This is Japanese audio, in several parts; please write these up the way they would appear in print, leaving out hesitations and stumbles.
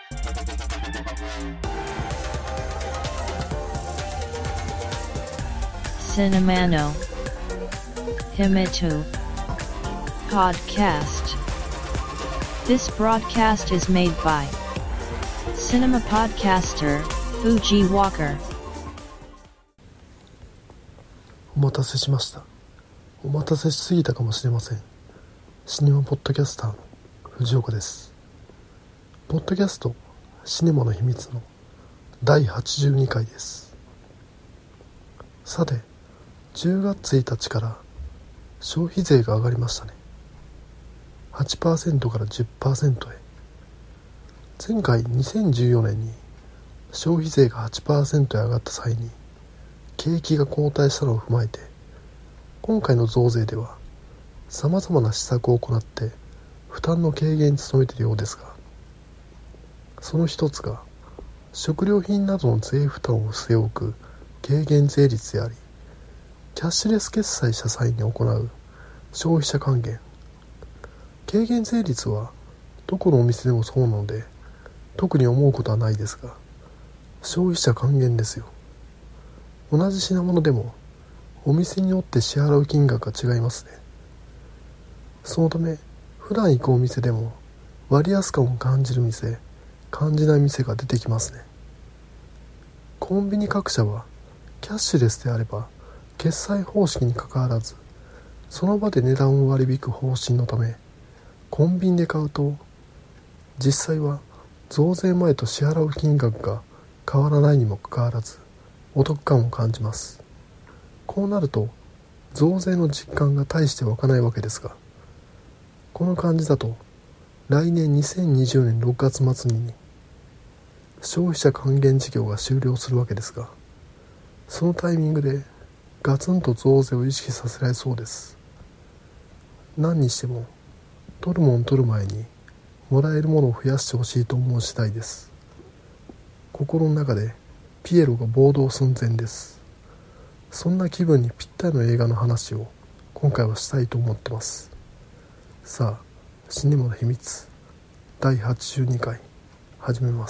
Cinemano Himitu Podcast. This broadcast is made by Cinema Podcaster Fuji Walker. お待たせしました。お待たせしすぎたかもしれません。シネマポッドキャスターの藤岡です。ポッドキャストシネマの秘密の第82回です。さて、10月1日から消費税が上がりましたね。8% から 10% へ。前回2014年に消費税が 8% へ上がった際に景気が後退したのを踏まえて、今回の増税ではさまざまな施策を行って負担の軽減に努めているようですが、その一つが食料品などの税負担を据え置く軽減税率であり、キャッシュレス決済した際に行う消費者還元。軽減税率はどこのお店でもそうなので特に思うことはないですが、消費者還元ですよ。同じ品物でもお店によって支払う金額が違いますね。そのため普段行くお店でも割安感を感じる店、感じない店が出てきますね。コンビニ各社はキャッシュレスであれば決済方式にかかわらずその場で値段を割り引く方針のため、コンビニで買うと実際は増税前と支払う金額が変わらないにもかかわらずお得感を感じます。こうなると増税の実感が大して湧かないわけですが、この感じだと来年2020年6月末に消費者還元事業が終了するわけですが、そのタイミングでガツンと増税を意識させられそうです。何にしても取るもん取る前にもらえるものを増やしてほしいと思う次第です。心の中でピエロが暴動寸前です。そんな気分にぴったりの映画の話を今回はしたいと思ってます。さあ、シネマの秘密第82回始めます。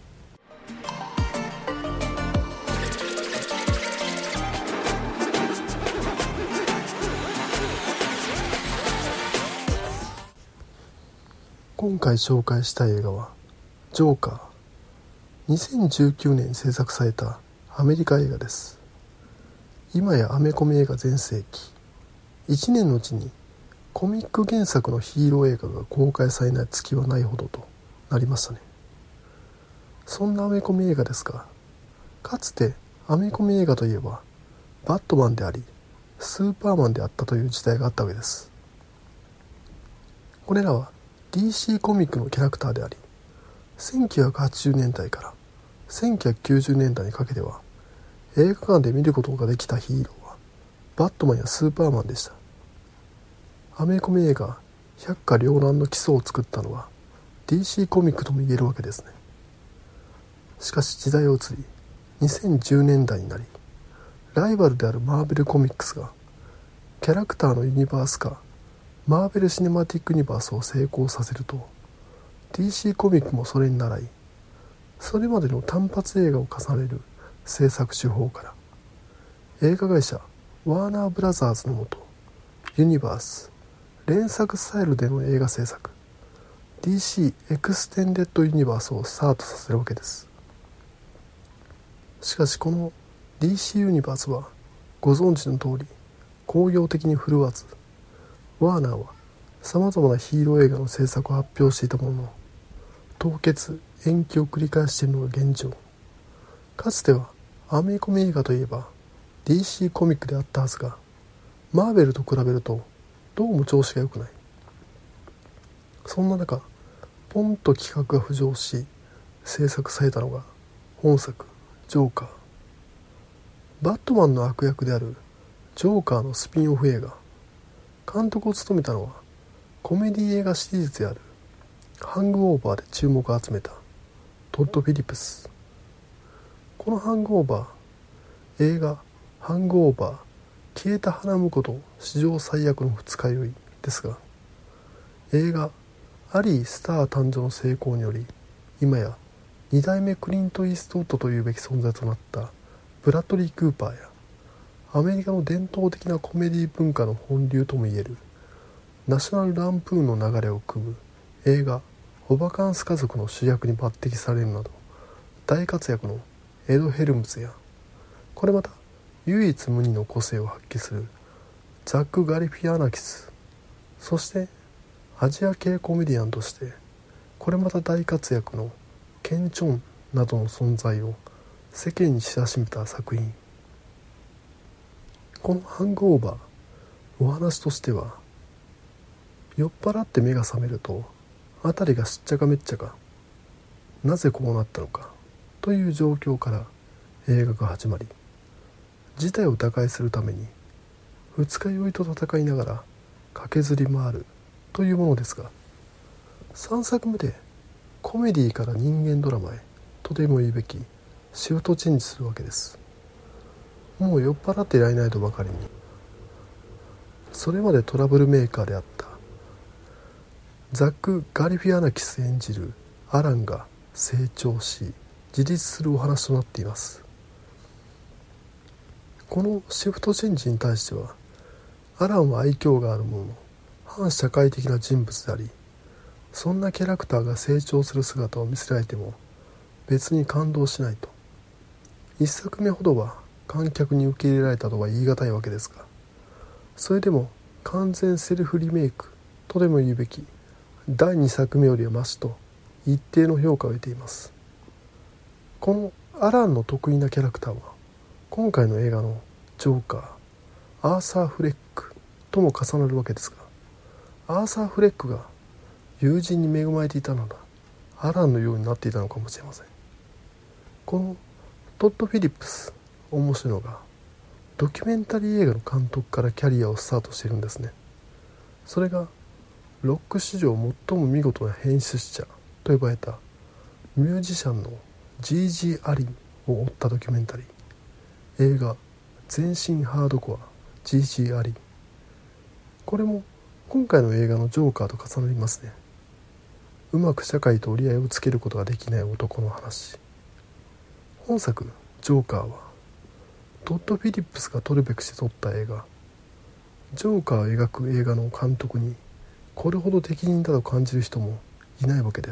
今回紹介したい映画はジョーカー。2019年に制作されたアメリカ映画です。今やアメコミ映画全盛期。1年のうちにコミック原作のヒーロー映画が公開されない月はないほどとなりましたね。そんなアメコミ映画ですが、かつてアメコミ映画といえばバットマンでありスーパーマンであったという時代があったわけです。これらは DC コミックのキャラクターであり、1980年代から1990年代にかけては映画館で見ることができたヒーローはバットマンやスーパーマンでした。アメコミ映画百花繚乱の基礎を作ったのは DC コミックとも言えるわけですね。しかし時代を移り2010年代になり、ライバルであるマーベルコミックスがキャラクターのユニバース化、マーベルシネマティックユニバースを成功させると、 DC コミックもそれに倣い、それまでの単発映画を重ねる制作手法から映画会社ワーナーブラザーズのもとユニバース連作スタイルでの映画制作 DC エクステンデッドユニバースをスタートさせるわけです。しかしこの DC ユニバースはご存知の通り興行的に振るわず、ワーナーはさまざまなヒーロー映画の制作を発表していたものの凍結延期を繰り返しているのが現状。かつてはアメコミ映画といえば DC コミックであったはずが、マーベルと比べるとどうも調子が良くない。そんな中ポンと企画が浮上し制作されたのが本作ジョーカー。バットマンの悪役であるジョーカーのスピンオフ映画。監督を務めたのはコメディ映画シリーズであるハングオーバーで注目を集めたトッド・フィリップス。このハングオーバー、映画ハングオーバー消えた花婿と史上最悪の二日酔いですが、映画アリー・スター誕生の成功により今や2代目クリント・イーストウッドというべき存在となったブラッドリー・クーパーや、アメリカの伝統的なコメディ文化の本流ともいえるナショナル・ランプーンの流れを組む映画オバカンス家族の主役に抜擢されるなど大活躍のエド・ヘルムズや、これまた唯一無二の個性を発揮するザック・ガリフィアナキス、そしてアジア系コメディアンとしてこれまた大活躍のケン・チョンなどの存在を世間に知らしめた作品。このハングオーバー、お話としては、酔っ払って目が覚めると辺りがしっちゃかめっちゃか、なぜこうなったのかという状況から映画が始まり、事態を打開するために二日酔いと戦いながら駆けずり回るというものですが、3作目でコメディから人間ドラマへとでも言うべきシフトチェンジするわけです。もう酔っ払っていられないとばかりに、それまでトラブルメーカーであったザック・ガリフィアナキス演じるアランが成長し自立するお話となっています。このシフトチェンジに対しては、アランは愛嬌があるものの反社会的な人物であり、そんなキャラクターが成長する姿を見せられても別に感動しないと。一作目ほどは観客に受け入れられたとは言い難いわけですが、それでも完全セルフリメイクとでも言うべき第2作目よりはマシと一定の評価を得ています。このアランの得意なキャラクターは今回の映画のジョーカー、アーサー・フレックとも重なるわけですが、アーサー・フレックが友人に恵まれていたならアランのようになっていたのかもしれません。このトッド・フィリップス、面白いのがドキュメンタリー映画の監督からキャリアをスタートしているんですね。それがロック史上最も見事な編集者と呼ばれたミュージシャンの G.G. アリンを追ったドキュメンタリー、映画全身ハードコア G.G. アリン。これも今回の映画のジョーカーと重なりますね。うまく社会と折り合いをつけることができない男の話。本作ジョーカーはトッド・フィリップスが撮るべくして撮った映画。ジョーカーを描く映画の監督にこれほど適任だと感じる人もいないわけです。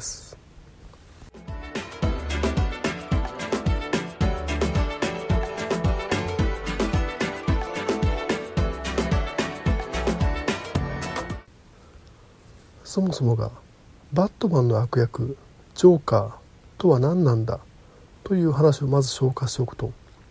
そもそもがバットマンの悪役ジョーカーとは何なんだという話をまず消化しておくと、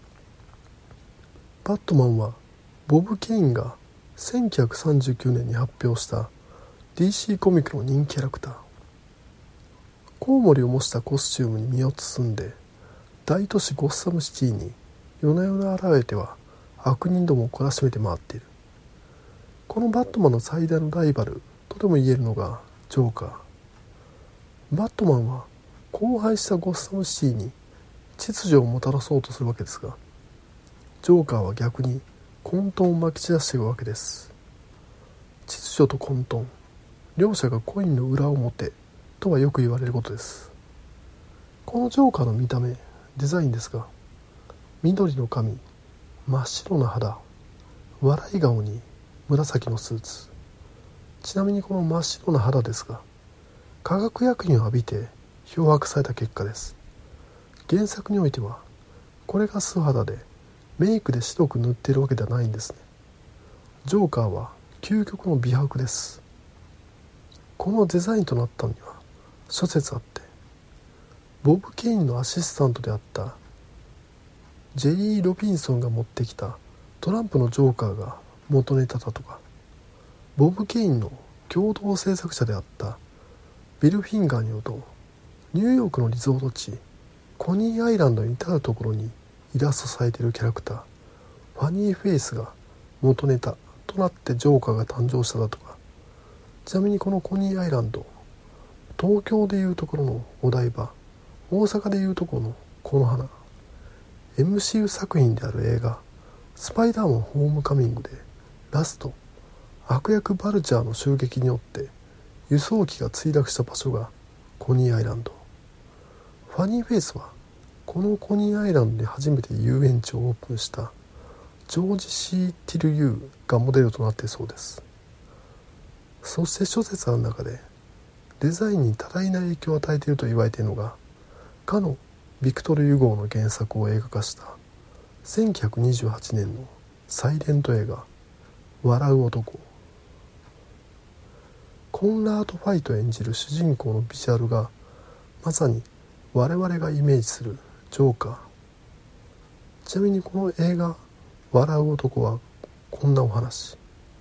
バットマンはボブ・ケインが1939年に発表した DC コミックの人気キャラクター。コウモリを模したコスチュームに身を包んで大都市ゴッサムシティに夜な夜な現れては悪人どもを懲らしめて回っている。このバットマンの最大のライバルとでも言えるのがジョーカー。バットマンは荒廃したゴッサムシティに秩序をもたらそうとするわけですが、ジョーカーは逆に混沌をまき散らしているわけです。秩序と混沌、両者がコインの裏表とはよく言われることです。このジョーカーの見た目、デザインですが、緑の髪、真っ白な肌、笑い顔に紫のスーツ。ちなみにこの真っ白な肌ですが、化学薬品を浴びて漂白された結果です。原作においてはこれが素肌でメイクで白く塗っているわけではないんですね。ジョーカーは究極の美白です。このデザインとなったのには諸説あって、ボブ・ケインのアシスタントであったジェリー・ロビンソンが持ってきたトランプのジョーカーが元ネタだとか、ボブ・ケインの共同制作者であったビル・フィンガーによると、ニューヨークのリゾート地コニーアイランドに至るところにイラストされているキャラクターファニーフェイスが元ネタとなってジョーカーが誕生しただとか。ちなみにこのコニーアイランド、東京でいうところのお台場、大阪でいうところのこの花、 MCU 作品である映画スパイダーマンホームカミングでラスト悪役バルチャーの襲撃によって輸送機が墜落した場所がコニーアイランド。 ァニーフェイスはこのコニーアイランドに初めて遊園地をオープンしたジョージ・シー・ティルユーがモデルとなっているそうです。そして諸説ある中でデザインに多大な影響を与えていると言われているのがかのビクトル・ユゴーの原作を映画化した1928年のサイレント映画笑う男。コンラード・ファイト演じる主人公のビジュアルがまさに我々がイメージするジョーカー。ちなみにこの映画笑う男はこんなお話。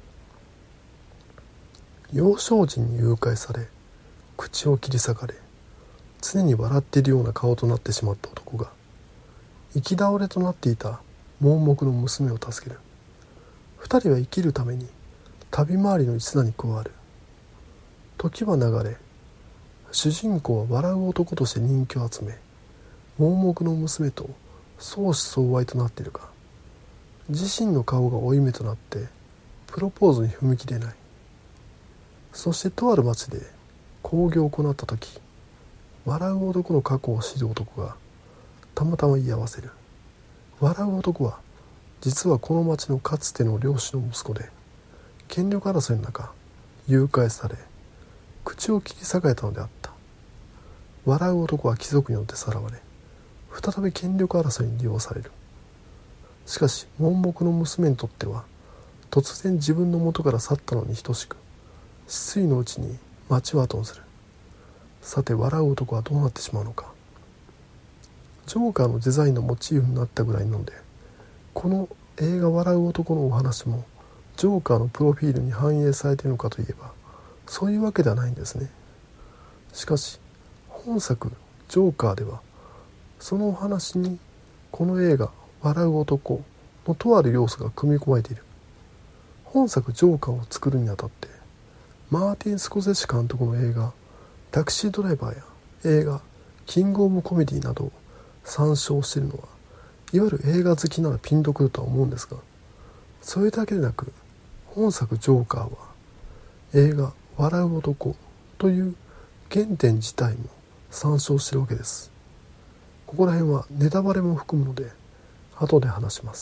幼少時に誘拐され口を切り裂かれ常に笑っているような顔となってしまった男が生き倒れとなっていた盲目の娘を助ける。二人は生きるために旅回りの一座に加わる。時は流れ主人公は笑う男として人気を集め盲目の娘と相思相愛となっているが自身の顔が負い目となってプロポーズに踏み切れない。そしてとある町で興行を行った時笑う男の過去を知る男がたまたま居合わせる。笑う男は実はこの町のかつての領主の息子で権力争いの中誘拐され口を切り裂かれたのであった。笑う男は貴族によってさらわれ再び権力争いに利用される。しかし盲目の娘にとっては突然自分の元から去ったのに等しく失意のうちに街を後にする。さて笑う男はどうなってしまうのか。ジョーカーのデザインのモチーフになったぐらいなのでこの映画笑う男のお話もジョーカーのプロフィールに反映されているのかといえばそういうわけではないんですね。しかし本作ジョーカーではそのお話にこの映画笑う男のとある要素が組み込まれている。本作ジョーカーを作るにあたってマーティン・スコセッシ監督の映画タクシードライバーや映画キングオブコメディなどを参照しているのはいわゆる映画好きならピンとくるとは思うんですがそれだけでなく本作ジョーカーは映画笑う男という原点自体も参照しているわけです。ここら辺はネタバレも含むので後で話します。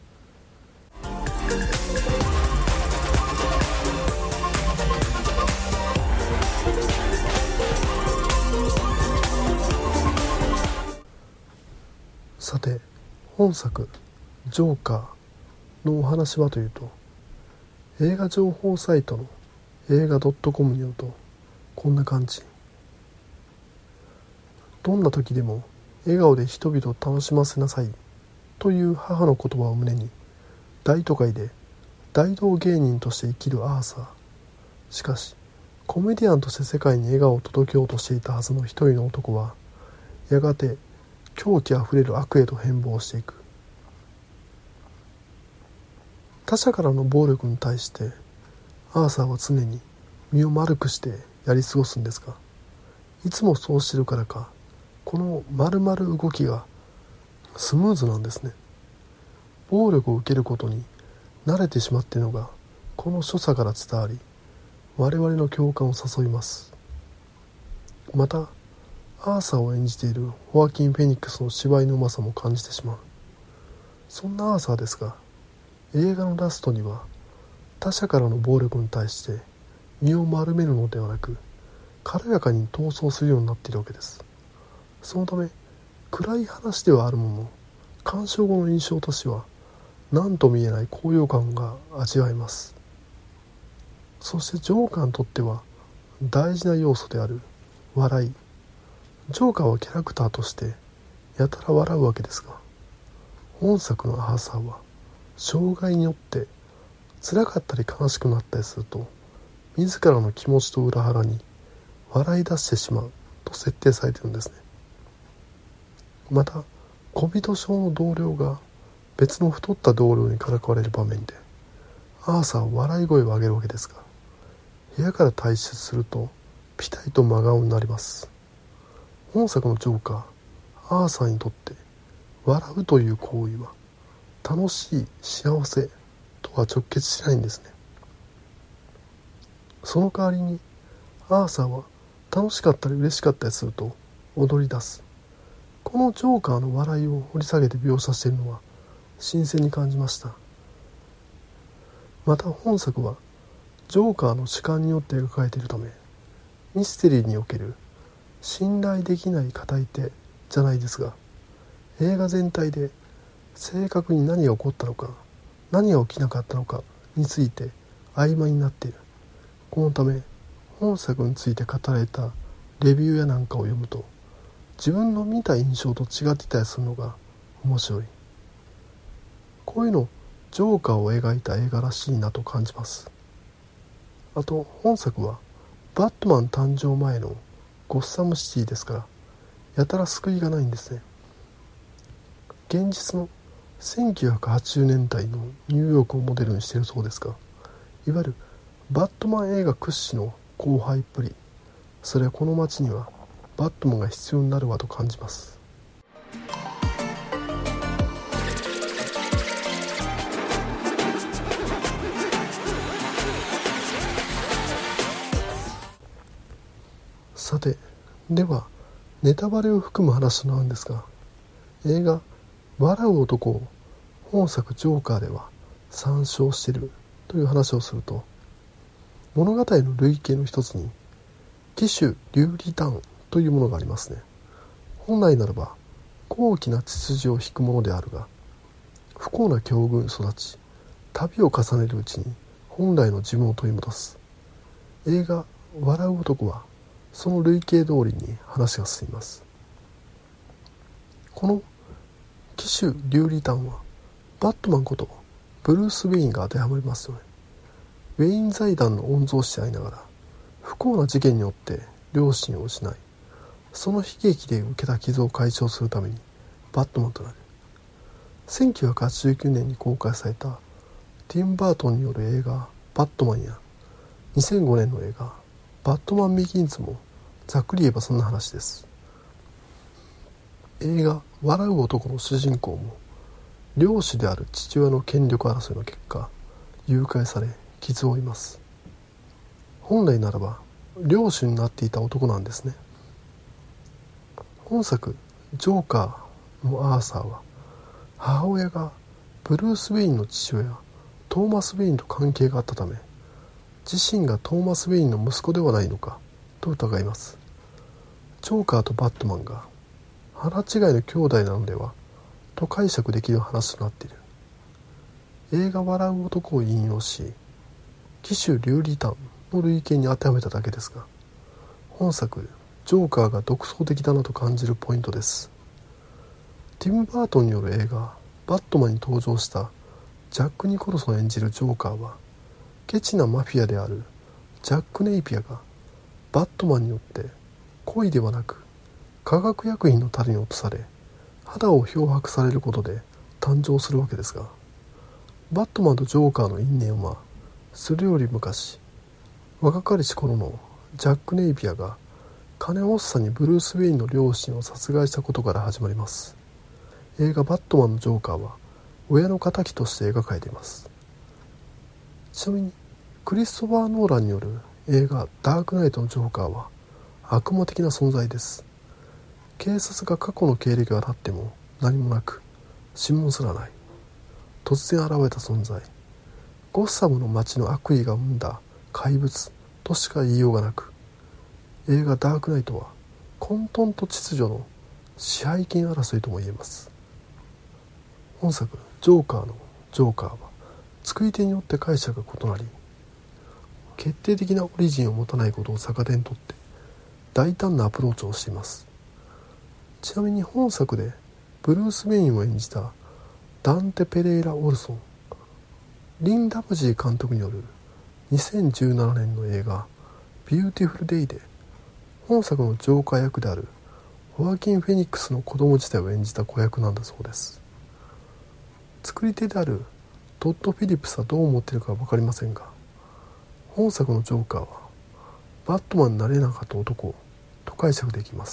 さて本作ジョーカーのお話はというと映画情報サイトの映画 .com によるとこんな感じ。どんな時でも笑顔で人々を楽しませなさいという母の言葉を胸に大都会で大道芸人として生きるアーサー。しかしコメディアンとして世界に笑顔を届けようとしていたはずの一人の男はやがて狂気あふれる悪へと変貌していく。他者からの暴力に対してアーサーは常に身を丸くしてやり過ごすんですがいつもそうしてるからかこの丸々動きがスムーズなんですね。暴力を受けることに慣れてしまっているのがこの所作から伝わり我々の共感を誘います。またアーサーを演じているホアキン・フェニックスの芝居のうまさも感じてしまう。そんなアーサーですが映画のラストには他者からの暴力に対して身を丸めるのではなく軽やかに逃走するようになっているわけです。そのため暗い話ではあるものの鑑賞後の印象としては何とも言えない高揚感が味わえます。そしてジョーカーにとっては大事な要素である笑い。ジョーカーはキャラクターとしてやたら笑うわけですが本作のアーサーは障害によって辛かったり悲しくなったりすると自らの気持ちと裏腹に笑い出してしまうと設定されているんですね。また小人症の同僚が別の太った同僚にからかわれる場面でアーサーは笑い声を上げるわけですが部屋から退出するとピタリと真顔になります。本作のジョーカーアーサーにとって笑うという行為は楽しい幸せとは直結しないんですね。その代わりにアーサーは楽しかったり嬉しかったりすると踊り出す。 このジョーカーの笑いを掘り下げて描写しているのは新鮮に感じました。また本作はジョーカーの主観によって描かれているため、ミステリーにおける信頼できない語り手じゃないですが、映画全体で正確に何が起こったのか、何が起きなかったのかについて曖昧になっている。このため本作について語られたレビューやなんかを読むと、自分の見た印象と違ってたりするのが面白い。こういうのジョーカーを描いた映画らしいなと感じます。あと本作はバットマン誕生前のゴッサムシティですから、やたら救いがないんですね。現実の1980年代のニューヨークをモデルにしているそうですが、いわゆるバットマン映画屈指の荒廃っぷり、それはこの街にはバットマンが必要になるわと感じます。さて、ではネタバレを含む話となるんですが、映画笑う男を本作ジョーカーでは参照しているという話をすると、物語の類型の一つに騎手竜リターンというものがありますね。本来ならば高貴な血筋を引くものであるが、不幸な境遇に育ち、旅を重ねるうちに本来の自分を取り戻す。映画笑う男はその類型通りに話が進みます。この騎手竜リターンはバットマンことブルース・ウェインが当てはまりますよね。ウェイン財団の御曹司でありながら、不幸な事件によって両親を失い、その悲劇で受けた傷を解消するためにバットマンとなる。1989年に公開されたティム・バートンによる映画バットマンや2005年の映画バットマン・ビギンズもざっくり言えばそんな話です。映画笑う男の主人公も領主である父親の権力争いの結果誘拐され傷を負います。本来ならば領主になっていた男なんですね。本作ジョーカーのアーサーは、母親がブルース・ウェインの父親トーマス・ウェインと関係があったため、自身がトーマス・ウェインの息子ではないのかと疑います。ジョーカーとバットマンが腹違いの兄弟なのではと解釈できる話となっている。映画笑う男を引用し、騎手竜リターンの類型に当てはめただけですが、本作ジョーカーが独創的だなと感じるポイントです。ティム・バートンによる映画バットマンに登場したジャック・ニコルソン演じるジョーカーは、ケチなマフィアであるジャック・ネイピアがバットマンによって恋ではなく化学薬品の樽に落とされ、肌を漂白されることで誕生するわけですが、バットマンとジョーカーの因縁はそれより昔、若かりし頃のジャック・ネイピアが金欲しさにブルース・ウェインの両親を殺害したことから始まります。映画バットマンのジョーカーは親の敵として描かれています。ちなみにクリストファー・ノーランによる映画ダークナイトのジョーカーは悪魔的な存在です。警察が過去の経歴が立っても何もなく、指紋すらない、突然現れた存在、ゴッサムの街の悪意が生んだ怪物としか言いようがなく、映画ダークナイトは混沌と秩序の支配権争いとも言えます。本作ジョーカーのジョーカーは作り手によって解釈が異なり、決定的なオリジンを持たないことを逆手にとって大胆なアプローチをしています。ちなみに本作でブルース・ウェインを演じたダンテ・ペレイラ・オルソン、リン・ラムジー監督による2017年の映画ビューティフル・デイで本作のジョーカー役であるホアキン・フェニックスの子供時代を演じた子役なんだそうです。作り手であるトッド・フィリップスはどう思っているかは分かりませんが、本作のジョーカーはバットマンになれなかった男と解釈できます。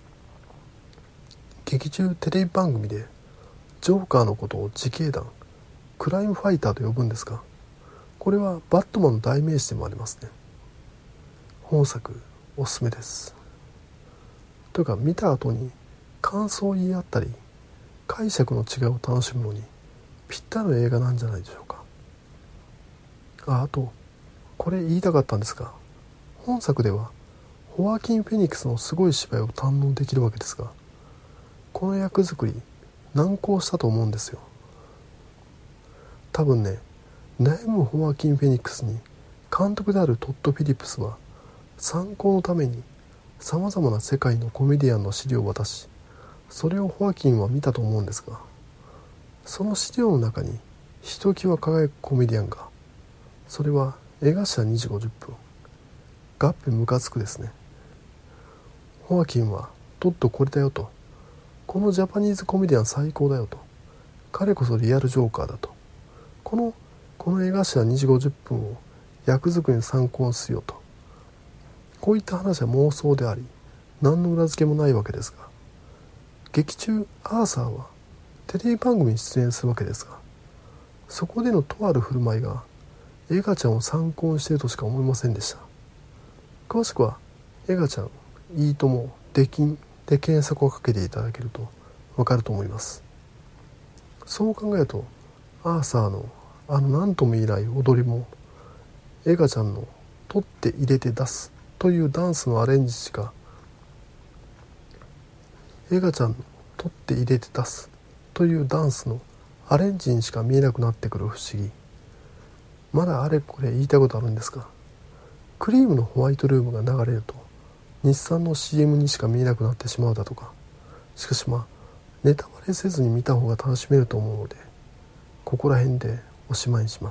劇中テレビ番組でジョーカーのことを自警団クライムファイターと呼ぶんですが、これはバットマンの代名詞でもありますね。本作おすすめです。というか見た後に感想を言い合ったり解釈の違いを楽しむのにぴったりの映画なんじゃないでしょうか。あとこれ言いたかったんですが、本作ではホアキン・フェニックスのすごい芝居を堪能できるわけですが、この役作り難航したと思うんですよ。多分ね、悩むホアキン・フェニックスに監督であるトッド・フィリップスは参考のためにさまざまな世界のコメディアンの資料を渡し、それをホアキンは見たと思うんですが、その資料の中にひときわ輝くコメディアンが、それは江頭2時50分、ガッペムカつくですね。ホアキンはトッドこれだよと、このジャパニーズコメディアン最高だよと、彼こそリアルジョーカーだと、この江頭2時50分を役作りに参考にするよと、こういった話は妄想であり何の裏付けもないわけですが、劇中アーサーはテレビ番組に出演するわけですが、そこでのとある振る舞いがエガちゃんを参考にしているとしか思いませんでした。詳しくはエガちゃんいいともで検索をかけていただけるとわかると思います。そう考えるとアーサーの何とも言えない踊りもエガちゃんの取って入れて出すというダンスのアレンジしか、エガちゃんの取って入れて出すというダンスのアレンジにしか見えなくなってくる不思議。まだあれこれ言いたいことあるんですが、クリームのホワイトルームが流れると日産の CM にしか見えなくなってしまうだとか、しかしネタバレせずに見た方が楽しめると思うので、ここら辺でおしまいにします。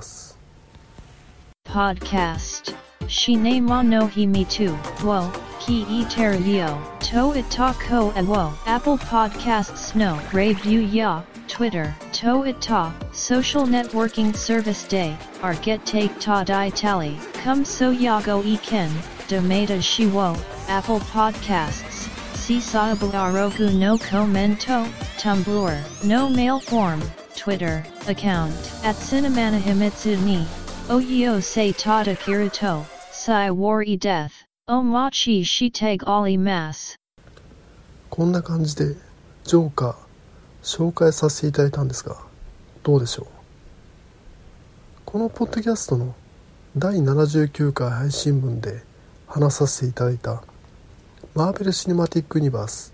Podcast Shine mo no himi tu wo ki iterio to itako awo Apple Podcasts no review ya Twitter to ita social networking service day our get take ta di tally come so yago iken domata shiwo Apple Podcasts si saabu arogu no commento Tumblr no mail form Twitter account @cinemana himitsu ni Oyo se tada kiruto, sai wari death, omachi shiteg ali mas。 こんな感じでジョーカー紹介させていただいたんですが、どうでしょう。このポッドキャストの第79回配信分で話させていただいたマーベル・シネマティック・ユニバース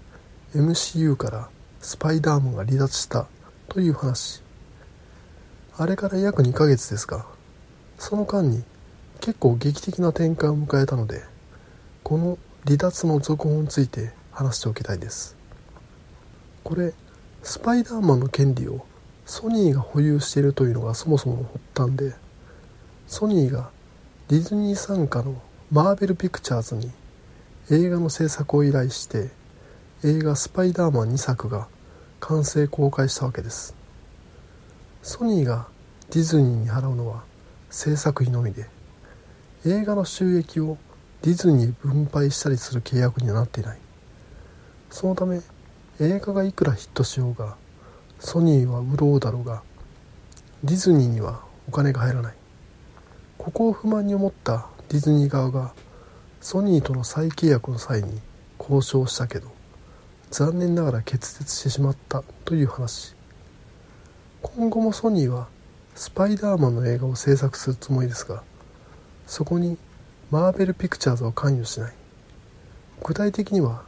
MCU からスパイダーマンが離脱したという話、あれから約2ヶ月ですが、その間に結構劇的な展開を迎えたので、この離脱の続報について話しておきたいです。これスパイダーマンの権利をソニーが保有しているというのがそもそもの発端で、ソニーがディズニー傘下のマーベルピクチャーズに映画の制作を依頼して、映画スパイダーマン2作が完成公開したわけです。ソニーがディズニーに払うのは制作費のみで、映画の収益をディズニーに分配したりする契約にはなっていない。そのため映画がいくらヒットしようがソニーは潤うだろうが、ディズニーにはお金が入らない。ここを不満に思ったディズニー側がソニーとの再契約の際に交渉したけど、残念ながら決裂してしまったという話。今後もソニーはスパイダーマンの映画を制作するつもりですが、そこにマーベルピクチャーズは関与しない。具体的には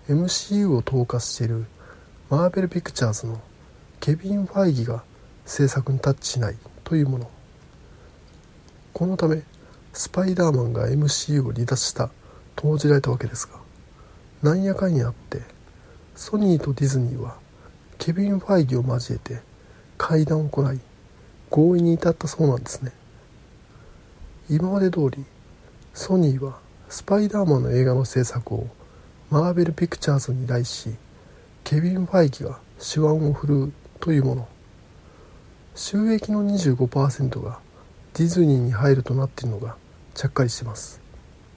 MCU を統括しているマーベルピクチャーズのケビン・ファイギが制作にタッチしないというもの。このためスパイダーマンが MCU を離脱したと報じられたわけですが、なんやかんやあってソニーとディズニーはケビン・ファイギを交えて会談を行い合意に至ったそうなんですね。今まで通りソニーはスパイダーマンの映画の制作をマーベルピクチャーズに依頼し、ケビン・ファイギが手腕を振るうというもの。収益の 25% がディズニーに入るとなっているのがちゃっかりしてます。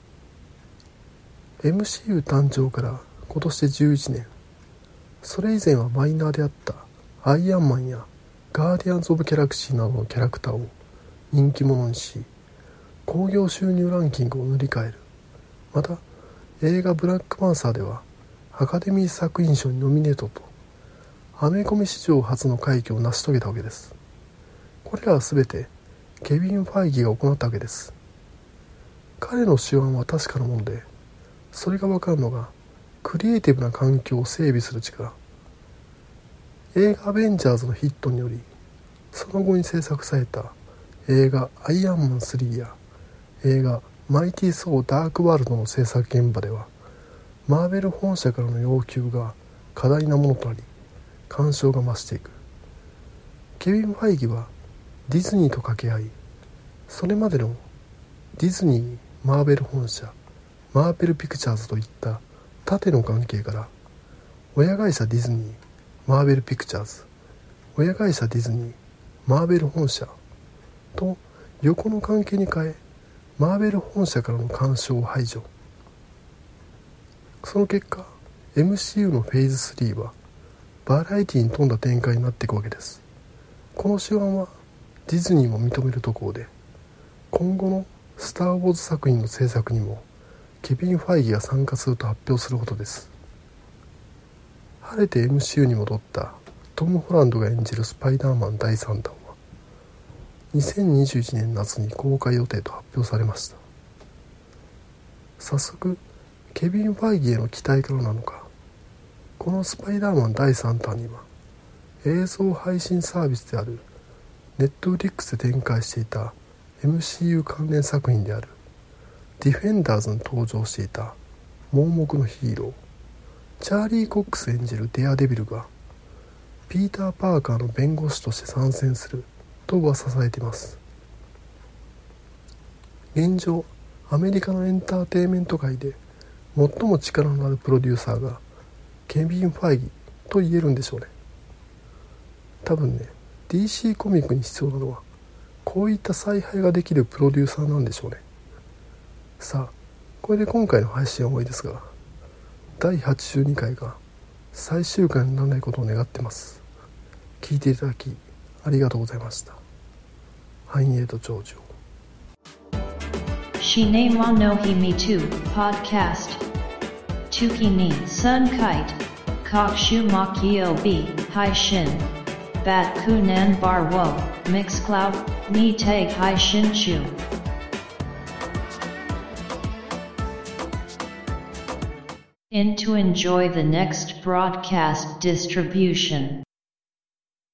MCU 誕生から今年で11年。それ以前はマイナーであったアイアンマンやガーディアンズ・オブ・ギャラクシーなどのキャラクターを人気者にし、興行収入ランキングを塗り替える。また映画ブラックパンサーではアカデミー作品賞にノミネートと、アメコミ史上初の快挙を成し遂げたわけです。これらはすべてケビン・ファイギーが行ったわけです。彼の手腕は確かなもので、それがわかるのがクリエイティブな環境を整備する力。映画アベンジャーズのヒットにより、その後に制作された映画アイアンマン3や映画マイティー・ソー・ダーク・ワールドの制作現場では、マーベル本社からの要求が過大なものとなり、干渉が増していく。ケビン・ファイギはディズニーと掛け合い、それまでのディズニー、マーベル本社、マーベルピクチャーズといった縦の関係から、親会社ディズニー、マーベルピクチャーズ、親会社ディズニー、マーベル本社と横の関係に変え、マーベル本社からの干渉を排除。その結果、MCU のフェーズ3はバラエティに富んだ展開になっていくわけです。この手腕はディズニーも認めるところで、今後のスター・ウォーズ作品の制作にもケビン・ファイギーが参加すると発表するほどです。晴れて MCU に戻ったトム・ホランドが演じるスパイダーマン第3弾は2021年夏に公開予定と発表されました。早速ケビン・ファイギーへの期待からなのか、このスパイダーマン第3弾には映像配信サービスであるネットフリックスで展開していた MCU 関連作品であるディフェンダーズに登場していた盲目のヒーローチャーリー・コックス演じるデアデビルがピーター・パーカーの弁護士として参戦すると噂されています。現状アメリカのエンターテインメント界で最も力のあるプロデューサーがケビン・ファイギーと言えるんでしょうね。多分ね、 DC コミックに必要なのはこういった采配ができるプロデューサーなんでしょうね。さあ、これで今回の配信は終わりですが、第82回が最終回にならないことを願ってます。聞いていただきありがとうございました。繁栄と長寿。 Shine wa no himi too, podcast. Tuki ni sun kite, kokshu makio b, hai shin. Bat kunan bar wo, mix cloud, ni tag hai shin chu. In to enjoy the next broadcast distribution.